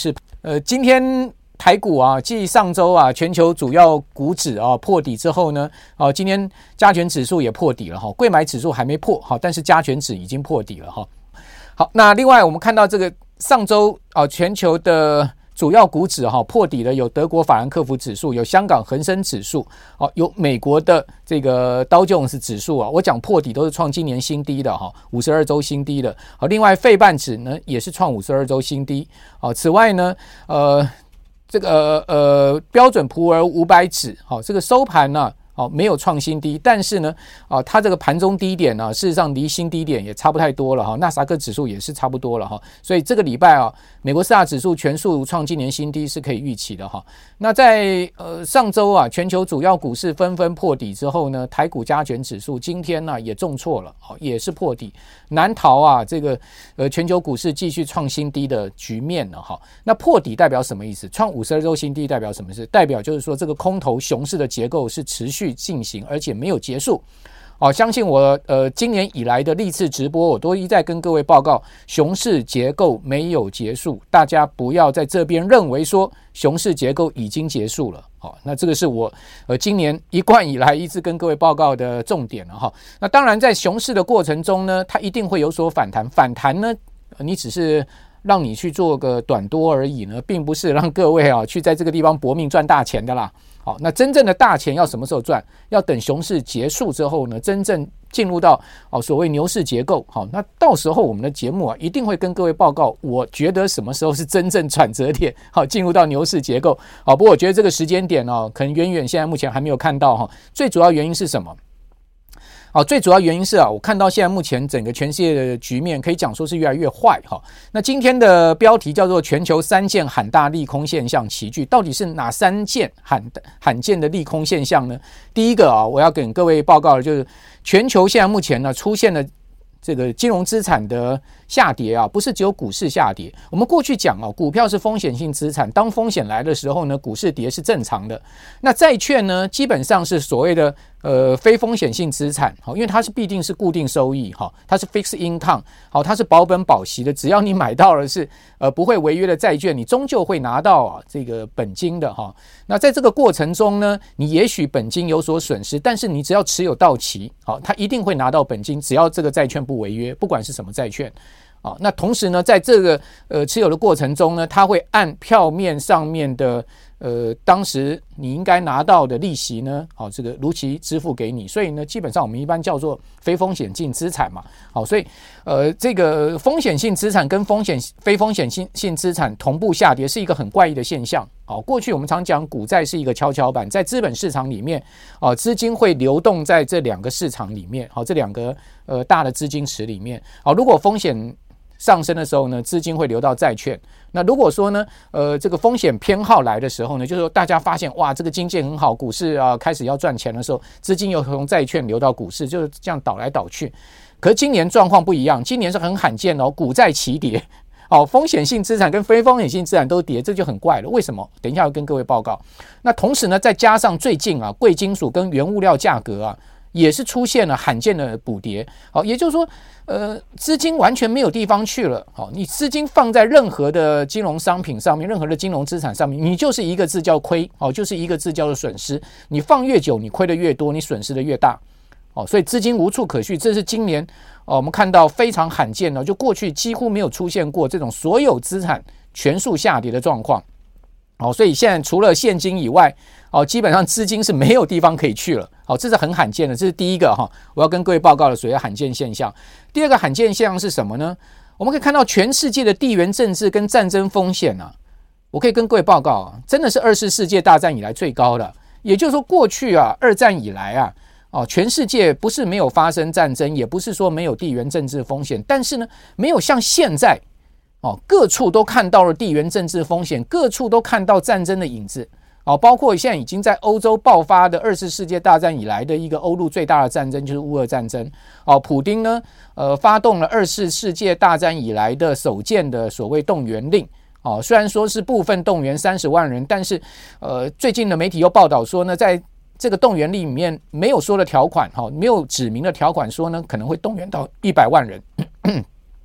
今天台股啊，继上周啊全球主要股指啊破底之后呢，今天加权指数也破底了哈，柜买指数还没破哈，但是加权指已经破底了哈。好，那另外我们看到这个上周全球的主要股指破底了，有德国法兰克福指数，有香港恒生指数，有美国的这个道琼斯指数啊，我讲破底都是创今年新低的52周新低的。另外费半指呢也是创52周新低。此外呢这个标准普尔500指这个收盘呢没有创新低，但是呢它这个盘中低点呢事实上离新低点也差不太多了纳斯达克指数也是差不多了所以这个礼拜美国四大指数全数创今年新低是可以预期的那在上周全球主要股市纷纷破底之后呢，台股加权指数今天呢也重挫了也是破底，难逃这个全球股市继续创新低的局面了那破底代表什么意思？创52周新低代表什么事？代表就是说这个空头熊市的结构是持续进行，而且没有结束。相信我今年以来的历次直播，我都一再跟各位报告，熊市结构没有结束，大家不要在这边认为说熊市结构已经结束了。那这个是我今年一贯以来一直跟各位报告的重点了那当然在熊市的过程中呢，它一定会有所反弹，反弹呢你只是让你去做个短多而已呢，并不是让各位去在这个地方搏命赚大钱的啦。好，那真正的大钱要什么时候赚？要等熊市结束之后呢，真正进入到所谓牛市结构。好，那到时候我们的节目一定会跟各位报告，我觉得什么时候是真正转折点，好，进入到牛市结构。好，不过我觉得这个时间点可能远远现在目前还没有看到最主要原因是什么？最主要原因是我看到现在目前整个全世界的局面可以讲说是越来越坏那今天的标题叫做全球3件罕大利空现象齐聚，到底是哪3件罕见的利空现象呢？第一个我要跟各位报告的就是全球现在目前呢出现了这个金融资产的下跌不是只有股市下跌。我们过去讲股票是风险性资产，当风险来的时候呢，股市跌是正常的。那债券呢，基本上是所谓的非风险性资产，因为它是必定是固定收益，它是 fixed income， 它是保本保息的，只要你买到了是不会违约的债券，你终究会拿到这个本金的那在这个过程中呢，你也许本金有所损失，但是你只要持有到期，它一定会拿到本金，只要这个债券不违约，不管是什么债券。那同时呢，在这个持有的过程中呢，它会按票面上面的当时你应该拿到的利息呢，这个如期支付给你，所以呢，基本上我们一般叫做非风险性资产嘛。所以这个风险性资产跟非风险性资产同步下跌是一个很怪异的现象。过去我们常讲股债是一个跷跷板，在资本市场里面资金会流动在这两个市场里面，这两个大的资金池里面。如果风险上升的时候呢，资金会流到债券。那如果说呢，这个风险偏好来的时候呢，就是说大家发现哇，这个经济很好，股市开始要赚钱的时候，资金又从债券流到股市，就是这样倒来倒去。可是今年状况不一样，今年是很罕见股债齐跌。风险性资产跟非风险性资产都跌，这就很怪了。为什么？等一下要跟各位报告。那同时呢，再加上最近贵金属跟原物料价格也是出现了罕见的补跌。也就是说资金完全没有地方去了。你资金放在任何的金融商品上面，任何的金融资产上面，你就是一个字叫亏，就是一个字叫做损失。你放越久，你亏的越多，你损失的越大。所以资金无处可去，这是今年我们看到非常罕见的，就过去几乎没有出现过这种所有资产全数下跌的状况。所以现在除了现金以外，基本上资金是没有地方可以去了。这是很罕见的，这是第一个我要跟各位报告的所谓罕见现象。第二个罕见现象是什么呢？我们可以看到全世界的地缘政治跟战争风险我可以跟各位报告真的是2次世界大战以来最高的。也就是说过去二战以来全世界不是没有发生战争，也不是说没有地缘政治风险，但是呢，没有像现在各处都看到了地缘政治风险，各处都看到战争的影子。包括现在已经在欧洲爆发的2次世界大战以来的一个欧陆最大的战争，就是乌俄战争。普丁呢发动了2次世界大战以来的首件的所谓动员令。虽然说是部分动员30万人，但是最近的媒体又报道说呢，在这个动员令里面没有说的条款，没有指明的条款说呢可能会动员到100万人。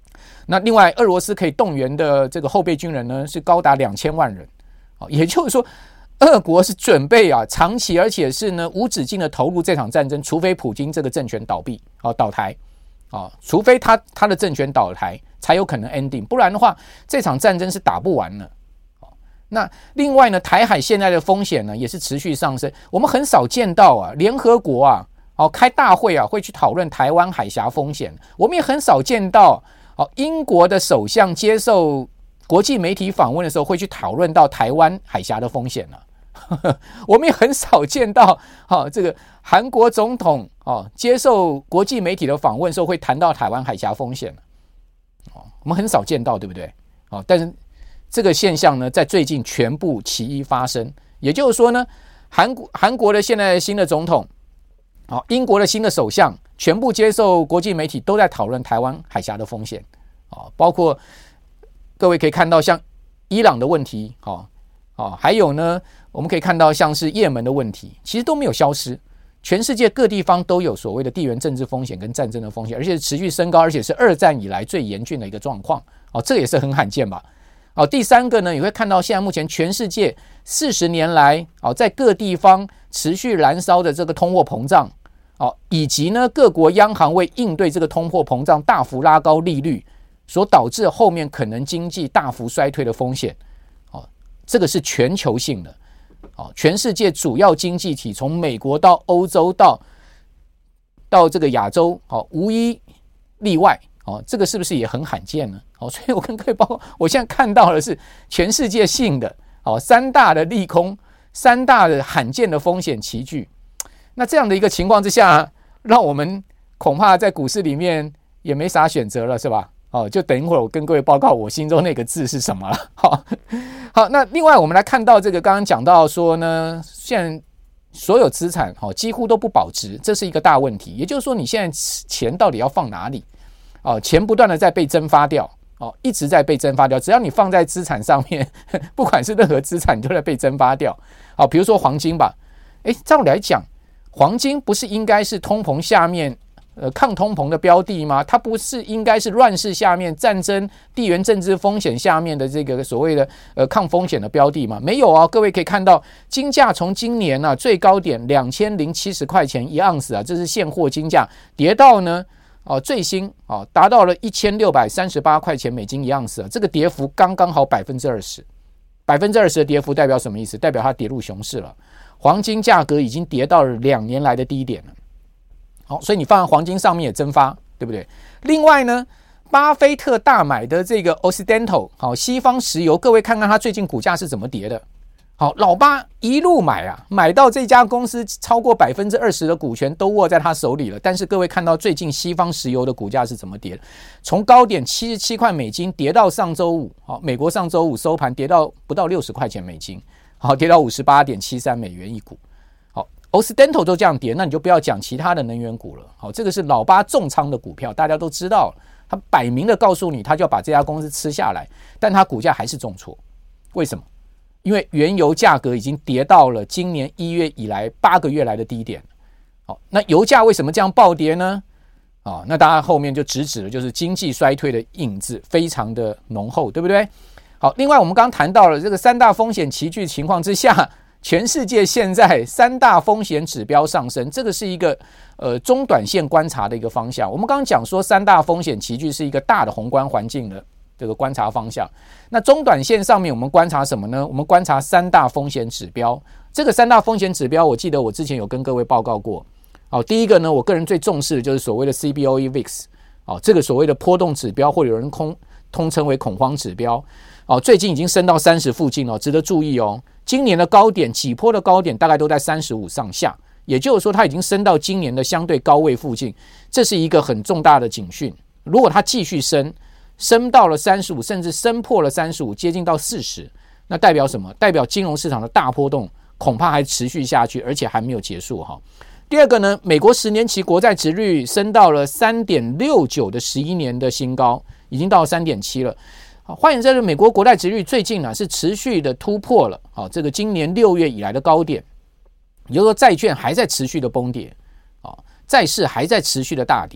那另外俄罗斯可以动员的这个后备军人呢是高达2000万人，也就是说俄国是准备长期而且是呢无止境的投入这场战争，除非普京这个政权倒闭倒台除非他的政权倒台才有可能 ending， 不然的话这场战争是打不完的。那另外呢，台海现在的风险呢也是持续上升，我们很少见到联合国开大会会去讨论台湾海峡风险，我们也很少见到英国的首相接受国际媒体访问的时候会去讨论到台湾海峡的风险我们也很少见到这个韩国总统接受国际媒体的访问的时候会谈到台湾海峡风险我们很少见到，对不对？但是这个现象呢在最近全部齐一发生，也就是说呢韩国的现在新的总统英国的新的首相全部接受国际媒体都在讨论台湾海峡的风险包括各位可以看到像伊朗的问题还有呢我们可以看到像是也门的问题，其实都没有消失，全世界各地方都有所谓的地缘政治风险跟战争的风险，而且持续升高，而且是二战以来最严峻的一个状况这也是很罕见吧。第三个呢，你会看到现在目前全世界40年来在各地方持续燃烧的这个通货膨胀以及呢各国央行为应对这个通货膨胀大幅拉高利率所导致后面可能经济大幅衰退的风险这个是全球性的全世界主要经济体从美国到欧洲到这个亚洲无一例外这个是不是也很罕见呢？所以我跟各位报告，我现在看到的是全世界性的三大的利空，三大的罕见的风险齐聚。那这样的一个情况之下，让我们恐怕在股市里面也没啥选择了，是吧？就等一会儿我跟各位报告我心中那个字是什么了。好，那另外我们来看到这个刚刚讲到说呢，现在所有资产几乎都不保值，这是一个大问题。也就是说你现在钱到底要放哪里？钱不断的在被蒸发掉一直在被蒸发掉，只要你放在资产上面不管是任何资产都在被蒸发掉比如说黄金吧，照理来讲黄金不是应该是通膨下面抗通膨的标的吗？它不是应该是乱世下面战争地缘政治风险下面的这个所谓的抗风险的标的吗？没有各位可以看到金价从今年最高点2070块钱一盎司这是现货金价，跌到呢最新达到了1638块钱美金一盎司这个跌幅刚刚好 20%， 20% 的跌幅代表什么意思？代表它跌入熊市了，黄金价格已经跌到了2年来的低点了所以你放在黄金上面也蒸发，对不对？另外呢，巴菲特大买的这个 Occidental 西方石油，各位看看它最近股价是怎么跌的。老巴一路买到这家公司超过 20% 的股权都握在他手里了，但是各位看到最近西方石油的股价是怎么跌的？从高点77块美金跌到上周五美国上周五收盘跌到不到60块钱美金跌到 58.73 美元一股Occidental 都这样跌，那你就不要讲其他的能源股了这个是老巴重仓的股票，大家都知道他摆明的告诉你他就要把这家公司吃下来，但他股价还是重挫。为什么？因为原油价格已经跌到了今年1月以来8个月来的低点那油价为什么这样暴跌呢？那大家后面就直指的就是经济衰退的影子非常的浓厚，对不对？好，另外我们刚刚谈到了这个三大风险齐聚情况之下，全世界现在三大风险指标上升，这个是一个中短线观察的一个方向。我们刚刚讲说三大风险齐聚是一个大的宏观环境的这个观察方向，那中短线上面我们观察什么呢？我们观察三大风险指标。这个三大风险指标我记得我之前有跟各位报告过第一个呢，我个人最重视的就是所谓的 CBOE VIX 这个所谓的波动指标，或者有人通称为恐慌指标最近已经升到30附近值得注意今年的高点几波的高点大概都在35上下，也就是说它已经升到今年的相对高位附近，这是一个很重大的警讯。如果它继续升到了35，甚至升破了35，接近到40，那代表什么？代表金融市场的大波动恐怕还持续下去，而且还没有结束第二个呢，美国10年期国债殖率升到了 3.69 的11年的新高，已经到了 3.7 了。换言之，美国国债殖率最近是持续的突破了这个今年6月以来的高点，也就是说债券还在持续的崩跌债市还在持续的大跌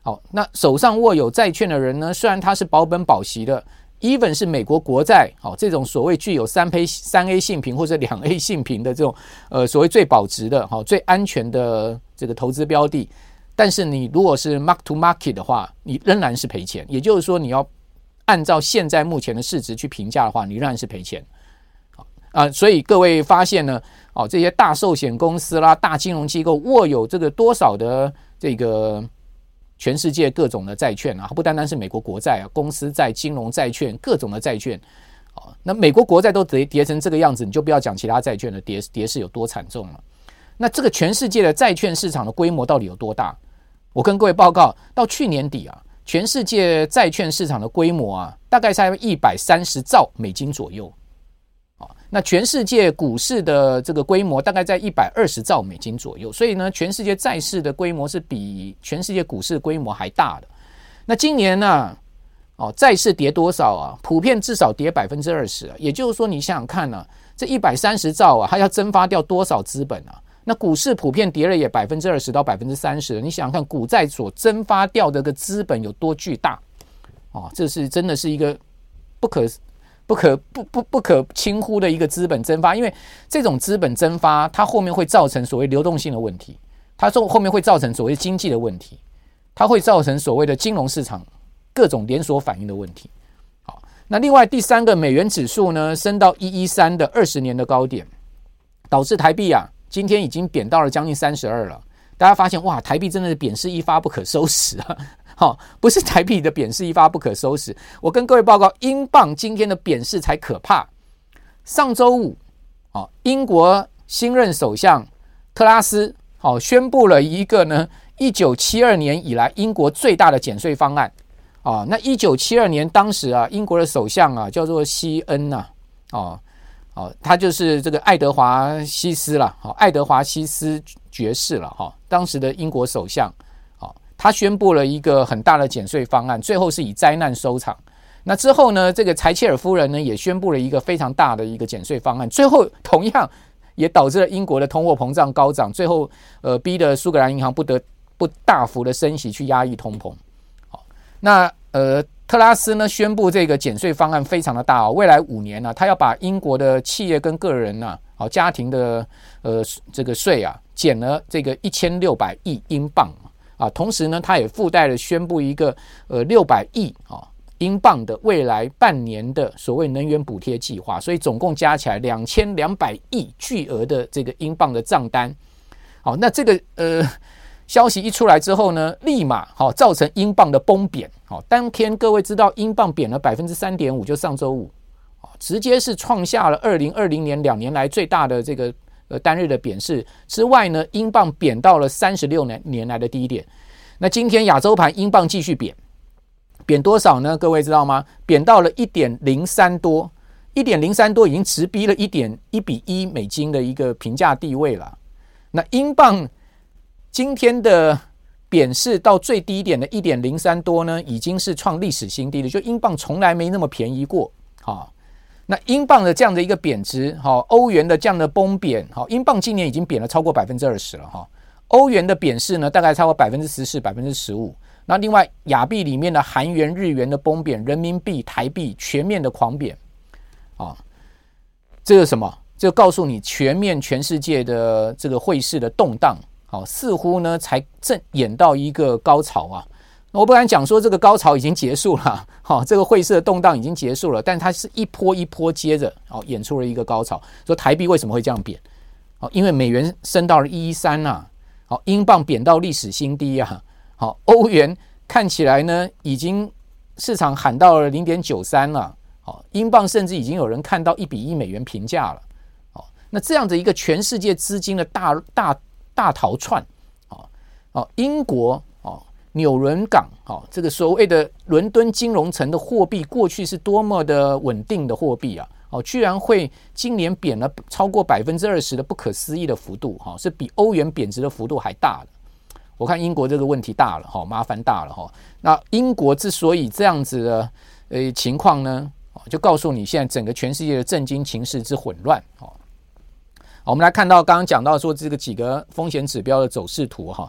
好，那手上握有债券的人呢，虽然他是保本保息的 even 是美国国债，这种所谓具有3A 信评或者2A 信评的这种所谓最保值的最安全的这个投资标的，但是你如果是 mark to market 的话，你仍然是赔钱。也就是说，你要按照现在目前的市值去评价的话，你仍然是赔钱。所以各位发现呢，这些大寿险公司啦、大金融机构握有这个多少的这个全世界各种的债券啊，不单单是美国国债啊，公司债、金融债券各种的债券。那美国国债都跌成这个样子，你就不要讲其他债券的跌势有多惨重了。那这个全世界的债券市场的规模到底有多大？我跟各位报告，到去年底啊，全世界债券市场的规模啊，大概在130兆美金左右。那全世界股市的这个规模大概在120兆美金左右，所以呢，全世界债市的规模是比全世界股市的规模还大的。那今年呢，债市跌多少啊？普遍至少跌20%啊。也就是说，你想想看呢，这130兆啊，它要蒸发掉多少资本啊？那股市普遍跌了也20%到30%，你想想看，股债所蒸发掉的个资本有多巨大？这是真的是一个不可轻忽的一个资本蒸发，因为这种资本蒸发，它后面会造成所谓流动性的问题，它后面会造成所谓经济的问题，它会造成所谓的金融市场各种连锁反应的问题。好，那另外第三个，美元指数呢升到113的20年的高点，导致台币啊今天已经贬到了将近32了。大家发现哇，台币真的是贬势一发不可收拾啊！不是台币的贬势一发不可收拾，我跟各位报告，英镑今天的贬势才可怕。上周五，英国新任首相特拉斯宣布了一个呢1972年以来英国最大的减税方案。那1972年当时啊，英国的首相啊叫做希恩呐，他就是这个爱德华西斯了，爱德华西斯爵士了，当时的英国首相。他宣布了一个很大的减税方案，最后是以灾难收场。那之后呢，这个柴切尔夫人呢也宣布了一个非常大的一个减税方案，最后同样也导致了英国的通货膨胀高涨，最后逼得苏格兰银行不大幅的升息去压抑通膨。那特拉斯呢宣布这个减税方案非常的大，未来5年呢，他要把英国的企业跟个人啊，家庭的这个税啊减了这个1600亿英镑。同时呢，他也附带了宣布一个600亿英镑的未来半年的所谓能源补贴计划，所以总共加起来2200亿巨额的这个英镑的账单。好，那这个消息一出来之后呢，立马造成英镑的崩贬。当天各位知道英镑贬了 3.5%， 就上周五直接是创下了2020年2年来最大的这个单日的贬势之外呢，英镑贬到了36年来的低点。那今天亚洲盘英镑继续贬多少呢？各位知道吗？贬到了 1.03 多 1.03 多，已经直逼了1比1美金的一个评价地位了。那英镑今天的贬势到最低点的 1.03 多呢，已经是创历史新低了，就英镑从来没那么便宜过。那英镑的这样的一个贬值，欧元的这样的崩贬，英镑今年已经贬了超过 20% 了，欧元的贬势呢大概超过 14%、15%。那另外亚币里面的韩元、日元的崩贬，人民币、台币全面的狂贬。这个什么？这个告诉你全世界的这个汇市的动荡，似乎呢才正演到一个高潮啊。我不敢讲说这个高潮已经结束了，这个汇市的动荡已经结束了，但它是一波一波接着演出了一个高潮。说台币为什么会这样贬？因为美元升到了113啊，英镑贬到历史新低啊，欧元看起来呢已经市场喊到了 0.93 了，英镑甚至已经有人看到1比1美元评价了。那这样的一个全世界资金的大逃窜，英国纽伦港这个所谓的伦敦金融城的货币，过去是多么的稳定的货币啊，居然会今年贬了超过 20% 的不可思议的幅度，是比欧元贬值的幅度还大的。我看英国这个问题大了，麻烦大了。那英国之所以这样子的情况呢，就告诉你现在整个全世界的政经情势之混乱。我们来看到刚刚讲到说这个几个风险指标的走势图。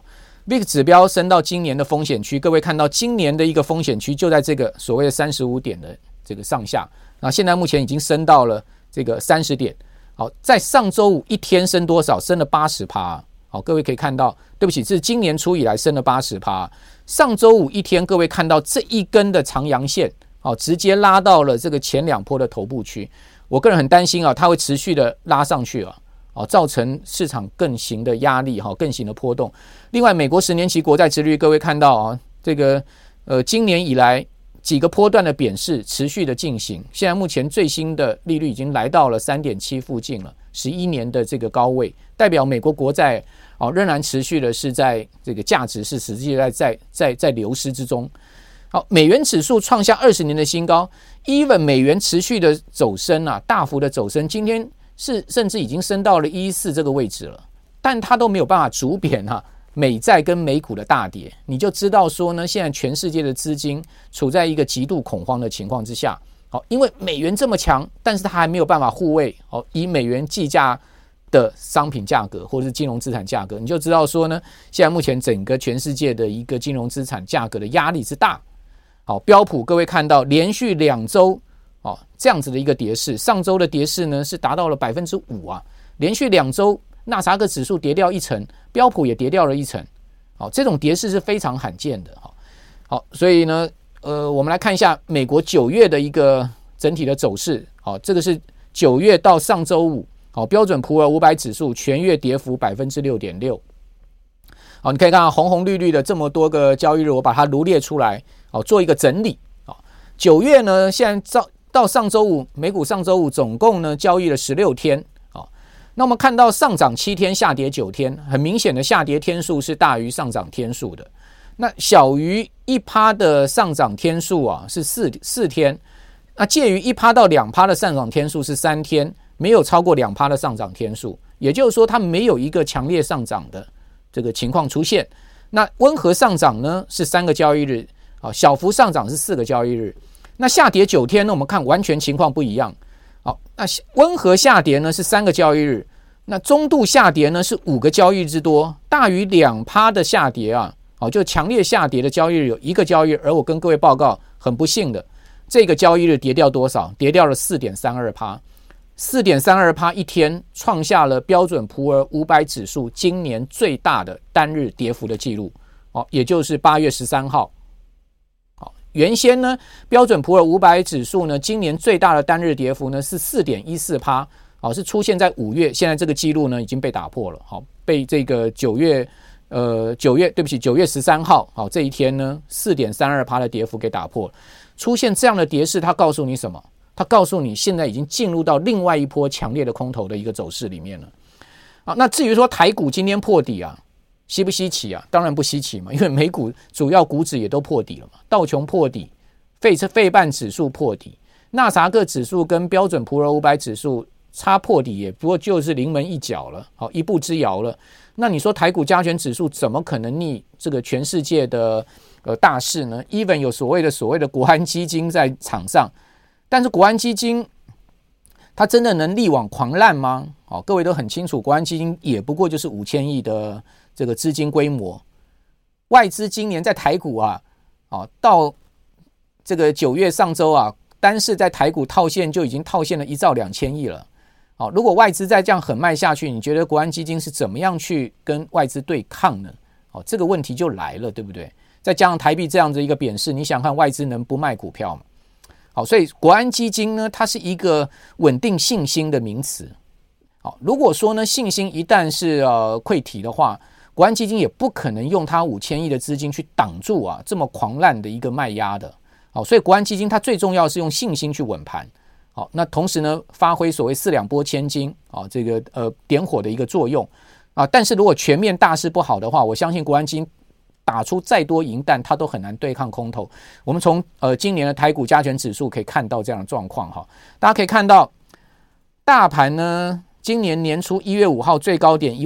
VIX 指标升到今年的风险区，各位看到今年的一个风险区就在这个所谓的35点的这个上下，那现在目前已经升到了这个30点。好，在上周五一天升多少？升了 80%。好，各位可以看到，对不起，这是今年初以来升了 80%。上周五一天，各位看到这一根的长阳线，好，直接拉到了这个前2波的头部区。我个人很担心啊，它会持续的拉上去啊，造成市场更形的压力，更形的波动。另外，美国10年期国债殖利率，各位看到啊，这个今年以来几个波段的贬势持续的进行，现在目前最新的利率已经来到了 3.7 附近了，11年的这个高位，代表美国国债仍然持续的是在这个价值是实际在流失之中。好，美元指数创下20年的新高 ，even 美元持续的走升啊，大幅的走升，今天是甚至已经升到了114这个位置了，但它都没有办法阻贬美债跟美股的大跌，你就知道说呢，现在全世界的资金处在一个极度恐慌的情况之下。好，因为美元这么强，但是它还没有办法护卫以美元计价的商品价格或者是金融资产价格，你就知道说呢，现在目前整个全世界的一个金融资产价格的压力之大。好，标普各位看到连续2周这样子的一个跌势，上周的跌势呢是达到了 5% 啊，连续2周纳斯达克指数跌掉1成，标普也跌掉了1成。好，这种跌势是非常罕见的。好，所以呢我们来看一下美国9月的一个整体的走势。好，这个是9月到上周五，好，标准普尔500指数全月跌幅 6.6%。好，你可以看到红红绿绿的这么多个交易日，我把它罗列出来，做一个整理。9月呢，现在到上周五，美股上周五总共呢交易了16天。那我们看到上涨7天，下跌9天，很明显的下跌天数是大于上涨天数的。那小于 1% 的上涨天数啊是4天，那介于 1% 到 2% 的上涨天数是3天，没有超过 2% 的上涨天数，也就是说它没有一个强烈上涨的这个情况出现。那温和上涨呢是3个交易日，小幅上涨是4个交易日。那下跌9天呢，我们看完全情况不一样。好，那温和下跌呢是3个交易日，那中度下跌呢是5个交易日之多，大于 2% 的下跌啊，就强烈下跌的交易日有1个交易日，而我跟各位报告，很不幸的，这个交易日跌掉多少？跌掉了 4.32%。4.32% 一天创下了标准普尔500指数今年最大的单日跌幅的记录，也就是8月13号。原先呢，标准普尔500指数呢，今年最大的单日跌幅呢是 4.14%，是出现在5月，现在这个记录呢已经被打破了，被这个9月13号，这一天呢 4.32% 的跌幅给打破了。出现这样的跌势，它告诉你什么？它告诉你现在已经进入到另外一波强烈的空头的一个走势里面了。那至于说台股今天破底啊，稀不稀奇啊？当然不稀奇嘛，因为美股主要股指也都破底了嘛，道琼破底，费半指数破底，纳斯达克指数跟标准普尔500指数差破底也不过就是临门一脚了，一步之遥了。那你说台股加权指数怎么可能逆这个全世界的大势呢 ？even 有所谓的国安基金在场上，但是国安基金它真的能力挽狂澜吗？各位都很清楚，国安基金也不过就是5000亿的这个资金规模，外资今年在台股到这个9月上周单是在台股套现就已经套现了1兆2000亿了。如果外资再这样狠卖下去，你觉得国安基金是怎么样去跟外资对抗呢？这个问题就来了，对不对？再加上台币这样的一个贬势，你想看外资能不卖股票吗？好，所以国安基金呢，它是一个稳定信心的名词。好，如果说呢信心一旦是溃堤的话，国安基金也不可能用它5000亿的资金去挡住这么狂滥的一个卖压的。好，所以国安基金它最重要是用信心去稳盘。好，那同时呢发挥所谓4两拨千斤这个点火的一个作用但是如果全面大势不好的话，我相信国安基金打出再多银弹，它都很难对抗空头。我们从今年的台股加权指数可以看到这样的状况大家可以看到大盘呢今年年初1月5号最高点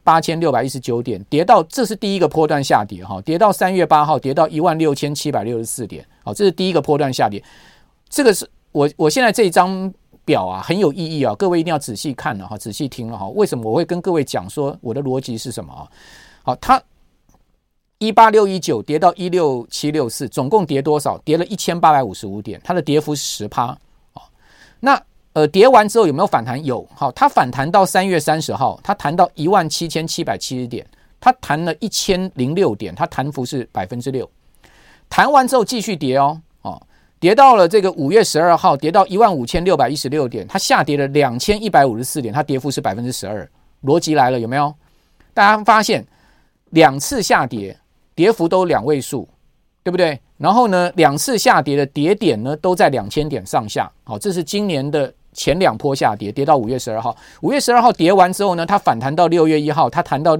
18,619 点，跌到这是第一个波段下跌跌到3月8号跌到 16,764 点这是第一个波段下跌。这个是我现在这一张表很有意义各位一定要仔细看了仔细听了为什么我会跟各位讲说我的逻辑是什么好， 18619跌到16764，总共跌多少？跌了1855点，它的跌幅是 10%。那跌完之后有没有反弹？有。好，它反弹到3月30号，它弹到17770点，它弹了1006点，它弹幅是 6%。弹完之后继续跌哦，跌到了这个5月12号，跌到15616点，它下跌了2154点，它跌幅是 12%。逻辑来了，有没有？大家发现2次下跌，跌幅都2位数，对不对？然后呢，2次下跌的跌点呢都在2000点上下。好，这是今年的前2波下跌，跌到5月12号。5月12号跌完之后呢，它反弹到6月1号，它弹到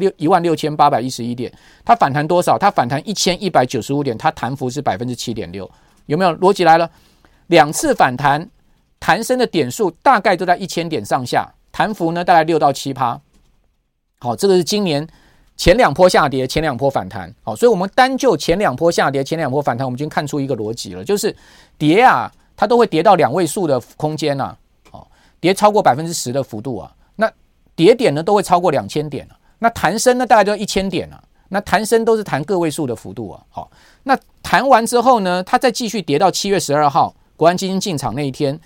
16811点，它反弹多少？它反弹1195点，它弹幅是 7.6%。有没有？逻辑来了，2次反弹，弹升的点数大概都在1000点上下，弹幅呢大概6到7%。好，这个是今年前2波下跌，前2波反弹。好，所以我们单就前2波下跌，前2波反弹，我们已经看出一个逻辑了，就是跌啊，它都会跌到2位数的空间啊，跌超过 10% 的幅度啊，那跌点呢都会超过2000点啊，那弹升呢大概就1000点啊，那弹升都是弹个位数的幅度啊。好，那弹完之后呢，它再继续跌到7月12号，国安基金进场那一天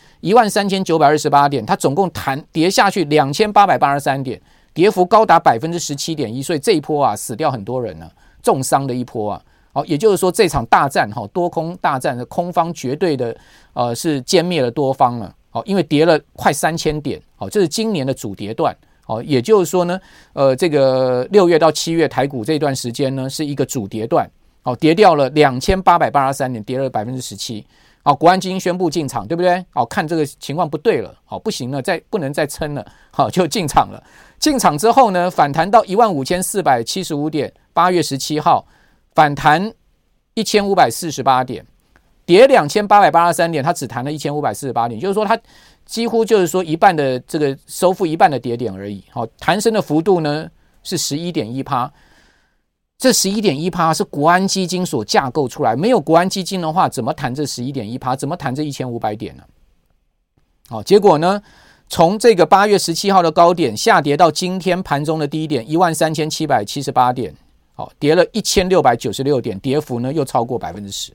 13928点，它总共跌下去2883点，跌幅高达 17.1%， 所以这一波啊死掉很多人呢，重伤的一波啊。好，也就是说这场大战多空大战的空方绝对的是歼灭了多方了。好，因为跌了快3000点，好，这是今年的主跌段。好，也就是说呢，这个6月到7月台股这段时间呢是一个主跌段。好，跌掉了2883点，跌了 17%。好，国安基金宣布进场，对不对？好，看这个情况不对了，好，不行了，不能再撑了，好，就进场了。进场之后呢，反弹到15475点，8月17号反弹1548点，跌2883点，它只弹了1548点，就是说它几乎就是说一半的这个收复一半的跌点而已。好，弹升的幅度呢是 11.1%。这 11.1% 是国安基金所架构出来，没有国安基金的话怎么谈这 11.1%， 怎么谈这1500点呢？好，结果呢，从这个8月17号的高点下跌到今天盘中的低点13778点，好，跌了1696点，跌幅呢又超过 10%。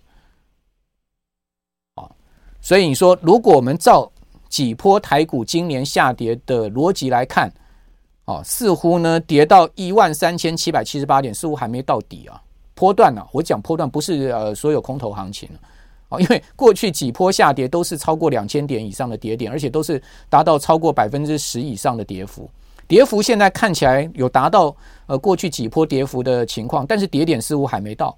好，所以你说如果我们照几波台股今年下跌的逻辑来看，似乎呢跌到13778点，似乎还没到底啊，波段啊，我讲波段不是所有空头行情因为过去几波下跌都是超过2000点以上的跌点，而且都是达到超过 10% 以上的跌幅。跌幅现在看起来有达到过去几波跌幅的情况，但是跌点似乎还没到。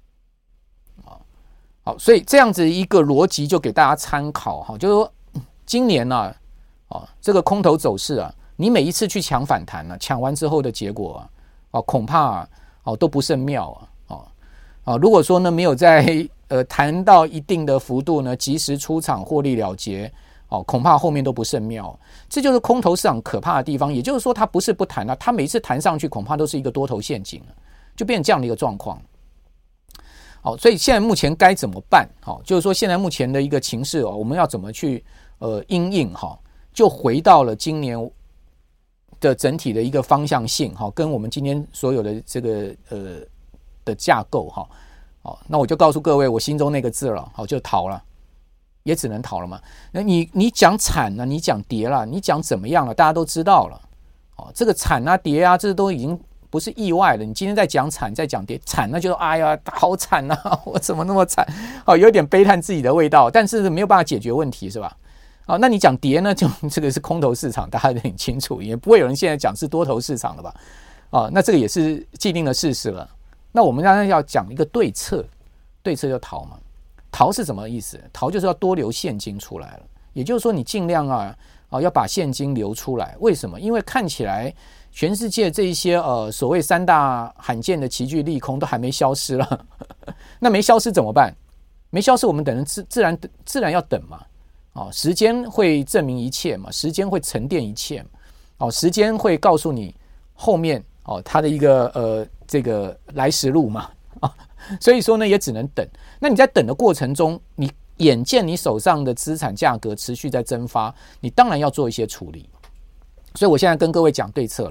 好，所以这样子一个逻辑就给大家参考就是说今年啊，这个空头走势啊，你每一次去抢反弹抢完之后的结果恐怕都不甚妙如果说呢没有在谈到一定的幅度呢，及时出场获利了结恐怕后面都不甚妙。这就是空头市场可怕的地方，也就是说它不是不谈它每一次弹上去恐怕都是一个多头陷阱就变成这样的一个状况。好，所以现在目前该怎么办就是说现在目前的一个情势我们要怎么去因应就回到了今年的整体的一个方向性跟我们今天所有的这个的架构那我就告诉各位我心中那个字了就逃了，也只能逃了嘛。那你讲惨了，你讲跌了，你讲怎么样了，大家都知道了这个惨啊跌啊，这都已经不是意外了。你今天在讲惨，在讲跌，惨那就是哎呀好惨啊，我怎么那么惨有点悲叹自己的味道，但是没有办法解决问题，是吧？那你讲跌呢，就这个是空头市场，大家都很清楚，也不会有人现在讲是多头市场了吧？那这个也是既定的事实了。那我们当然要讲一个对策，对策就逃嘛。逃是什么意思？逃就是要多留现金出来了，也就是说你尽量要把现金留出来。为什么？因为看起来全世界这一些所谓3大罕见的齐聚利空都还没消失了，那没消失怎么办？没消失我们等人自然要等嘛。时间会证明一切嘛，时间会沉淀一切嘛，时间会告诉你后面它的一个这个来时路嘛所以说呢也只能等。那你在等的过程中，你眼见你手上的资产价格持续在蒸发，你当然要做一些处理。所以我现在跟各位讲对策了。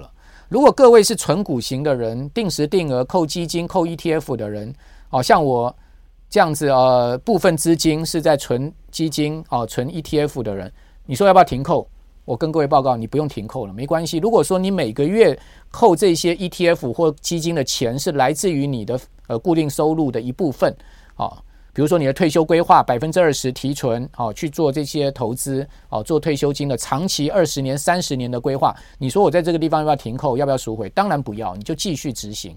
如果各位是纯股型的人，定时定额扣基金、扣 ETF 的人，像我这样子部分资金是在纯基金纯 ETF 的人，你说要不要停扣？我跟各位报告，你不用停扣了，没关系。如果说你每个月扣这些 ETF 或基金的钱是来自于你的固定收入的一部分比如说你的退休规划 20% 提存去做这些投资做退休金的长期20年30年的规划，你说我在这个地方要不要停扣，要不要赎回？当然不要，你就继续执行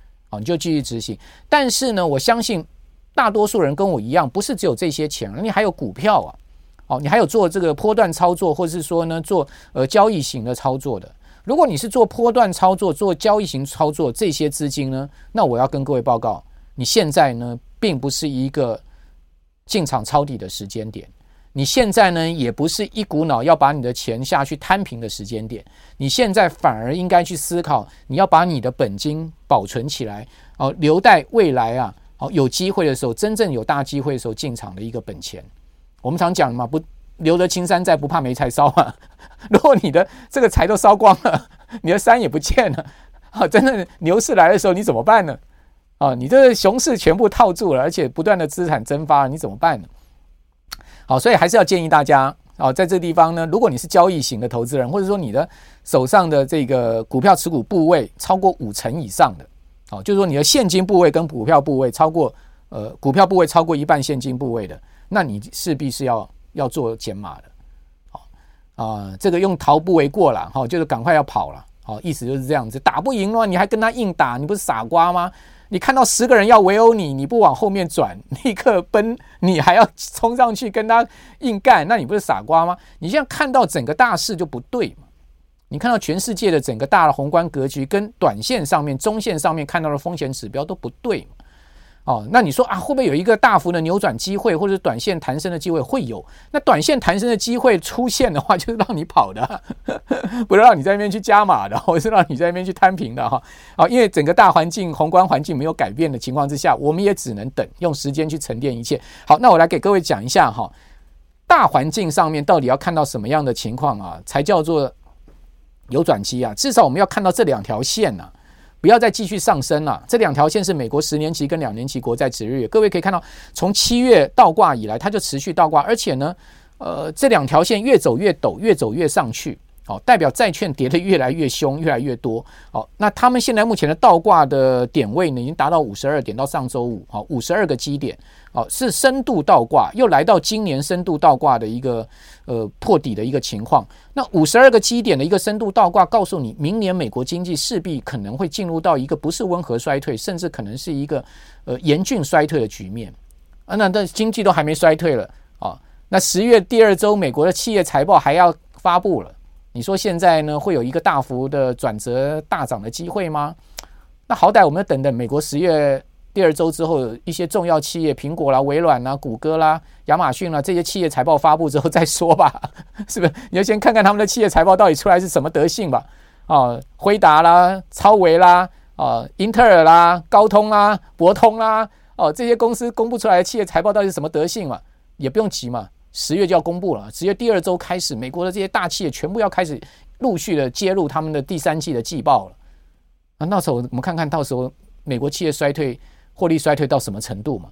但是呢，我相信大多数人跟我一样，不是只有这些钱，你还有股票你还有做这个波段操作，或是说呢做交易型的操作的。如果你是做波段操作、做交易型操作，这些资金呢，那我要跟各位报告，你现在呢并不是一个进场抄底的时间点，你现在呢也不是一股脑要把你的钱下去摊平的时间点，你现在反而应该去思考，你要把你的本金保存起来留待未来有机会的时候，真正有大机会的时候进场的一个本钱。我们常讲嘛，不留得青山在，不怕没柴烧如果你的这个柴都烧光了，你的山也不见了真的牛市来的时候你怎么办呢？你这个熊市全部套住了，而且不断的资产蒸发，你怎么办呢？所以还是要建议大家在这个地方呢，如果你是交易型的投资人，或者说你的手上的这个股票持股部位超过50%以上的就是说你的现金部位跟股票部位超过股票部位超过一半现金部位的，那你势必是要做减码的这个用逃不为过啦就是赶快要跑了意思就是这样子，打不赢了你还跟他硬打，你不是傻瓜吗？你看到10个人要围殴你，你不往后面转立刻奔，你还要冲上去跟他硬干，那你不是傻瓜吗？你现在看到整个大势就不对嘛，你看到全世界的整个大的宏观格局跟短线上面中线上面看到的风险指标都不对嘛那你说会不会有一个大幅的扭转机会，或者短线弹升的机会？会有。那短线弹升的机会出现的话，就是让你跑的不是让你在那边去加码的，或是让你在那边去摊平的因为整个大环境宏观环境没有改变的情况之下，我们也只能等，用时间去沉淀一切。好，那我来给各位讲一下大环境上面到底要看到什么样的情况才叫做有转机至少我们要看到这2条线不要再继续上升了。这2条线是美国10年期跟2年期国债殖利率，各位可以看到，从7月倒挂以来，它就持续倒挂，而且呢，这2条线越走越陡，越走越上去，代表债券跌得越来越凶，越来越多。那他们现在目前的倒挂的点位呢，已经达到52点，到上周五52个基点，是深度倒挂，又来到今年深度倒挂的一个破底的一个情况。那52个基点的一个深度倒挂，告诉你，明年美国经济势必可能会进入到一个不是温和衰退，甚至可能是一个严峻衰退的局面。那经济都还没衰退了那10月第2周美国的企业财报还要发布了。你说现在呢会有一个大幅的转折大涨的机会吗？那好歹我们等等美国10月第2周之后，一些重要企业，苹果啦、微软啦、谷歌啦、亚马逊啦，这些企业财报发布之后再说吧，是不是？你要先看看他们的企业财报到底出来是什么德性吧。辉达啦、超微啦、英特尔啦、高通啦、博通啦，这些公司公布出来的企业财报到底是什么德性嘛？也不用急嘛，10月就要公布了，10月第2周开始，美国的这些大企业全部要开始陆续的揭露他们的第3季的季报了。那时候我们看看到时候美国企业衰退、获利衰退到什么程度嘛？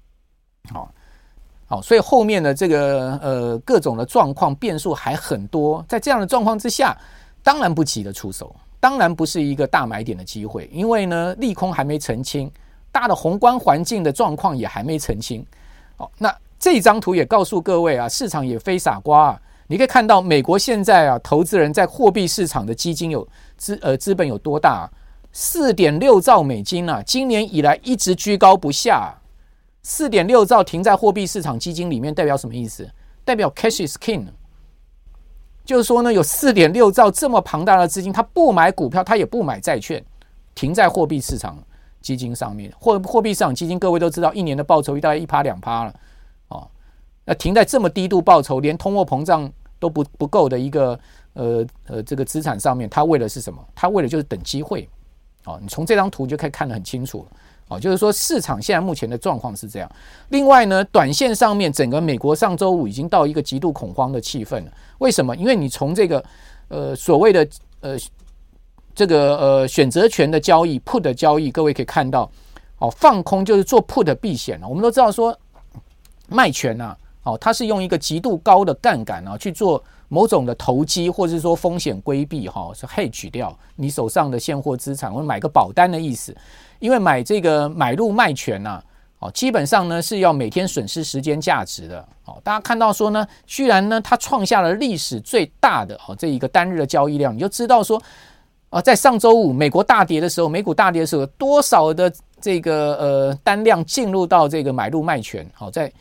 好，所以后面的这个各种的状况变数还很多，在这样的状况之下，当然不急的出手，当然不是一个大买点的机会，因为呢利空还没澄清，大的宏观环境的状况也还没澄清。那这张图也告诉各位市场也非傻瓜你可以看到美国现在投资人在货币市场的基金有资本有多大4.6兆美金今年以来一直居高不下4.6兆停在货币市场基金里面，代表什么意思？代表 cash is king， 就是说呢，有4.6兆这么庞大的资金，他不买股票，他也不买债券，停在货币市场基金上面。货币市场基金各位都知道，一年的报酬率大概 1%2% 了那停在这么低度报酬，连通货膨胀都不够的一个这个资产上面，他为的是什么？他为的就是等机会你从这张图就可以看得很清楚了就是说市场现在目前的状况是这样。另外呢，短线上面整个美国上周五已经到一个极度恐慌的气氛了。为什么？因为你从这个所谓的这个选择权的交易 put 的交易，各位可以看到放空就是做 put 避险我们都知道说卖权它是用一个极度高的杠杆去做某种的投机，或者是说风险规避是 hedge 掉你手上的现货资产，或者买个保单的意思。因为买这个买入卖权基本上呢是要每天损失时间价值的大家看到说呢，居然呢它创下了历史最大的这一个单日的交易量，你就知道说在上周五美国大跌的时候，美股大跌的时候，多少的这个单量进入到这个买入卖权在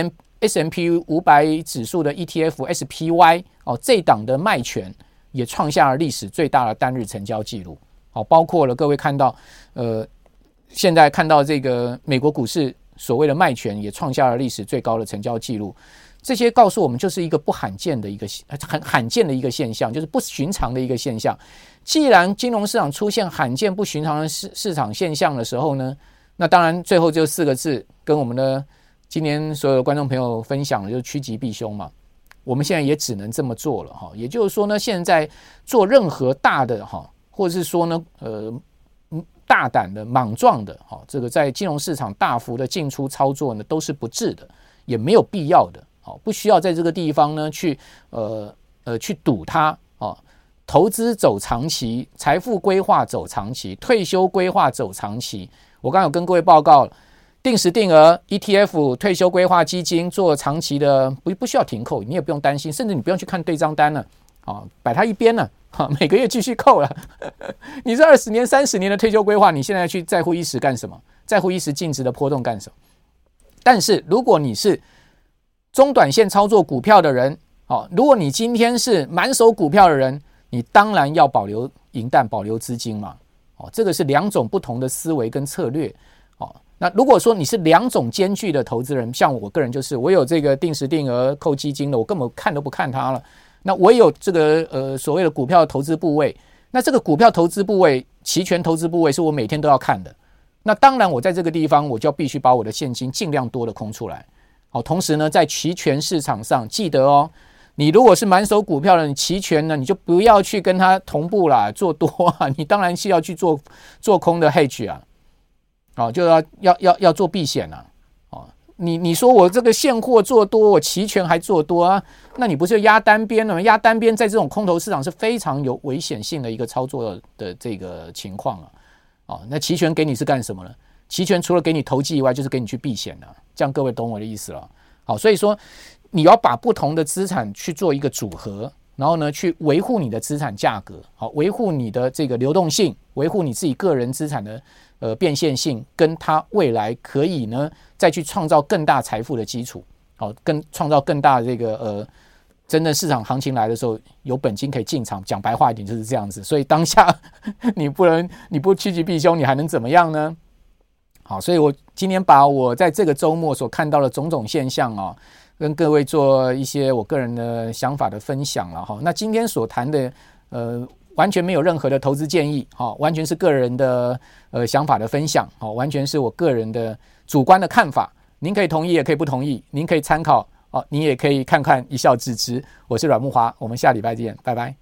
S&P 500指数的 ETF SPY 这档的卖权也创下了历史最大的单日成交记录包括了各位看到现在看到这个美国股市所谓的卖权也创下了历史最高的成交记录，这些告诉我们就是一个不罕见的一个很罕见的一个现象，就是不寻常的一个现象。既然金融市场出现罕见不寻常的市场现象的时候呢，那当然最后就4个字跟我们的今年所有的观众朋友分享的就是趋吉避凶嘛。我们现在也只能这么做了也就是说呢，现在做任何大的或者是说呢大胆的莽撞的这个在金融市场大幅的进出操作呢，都是不智的，也没有必要的不需要在这个地方呢去赌它投资走长期，财富规划走长期，退休规划走长期。我刚刚有跟各位报告了，定时定额 ETF 退休规划基金做长期的不需要停扣，你也不用担心，甚至你不用去看对账单了摆它一边了每个月继续扣了你是20年30年的退休规划，你现在去在乎一时干什么？在乎一时净值的波动干什么？但是如果你是中短线操作股票的人如果你今天是满手股票的人，你当然要保留银弹，保留资金嘛这个是2种不同的思维跟策略那如果说你是2种兼具的投资人，像我个人就是我有这个定时定额扣基金的，我根本看都不看它了。那我也有这个所谓的股票投资部位，那这个股票投资部位期权投资部位是我每天都要看的，那当然我在这个地方我就必须把我的现金尽量多的空出来同时呢在期权市场上记得你如果是满手股票的，你期权呢你就不要去跟它同步啦，做多你当然是要去做空的 hedge 就要做避险你说我这个现货做多，我期权还做多那你不是压单边了吗？压单边在这种空头市场是非常有危险性的一个操作的这个情况那期权给你是干什么呢？期权除了给你投机以外，就是给你去避险这样各位懂我的意思了所以说你要把不同的资产去做一个组合，然后呢去维护你的资产价格维护你的这个流动性，维护你自己个人资产的变现性，跟它未来可以呢再去创造更大财富的基础跟创造更大的这个真正市场行情来的时候有本金可以进场，讲白话一点就是这样子。所以当下你不趋吉避凶，你还能怎么样呢？好，所以我今天把我在这个周末所看到的种种现象跟各位做一些我个人的想法的分享了那今天所谈的完全没有任何的投资建议完全是个人的想法的分享完全是我个人的主观的看法，您可以同意也可以不同意，您可以参考您也可以看看一笑置之。我是阮慕骅，我们下礼拜见，拜拜。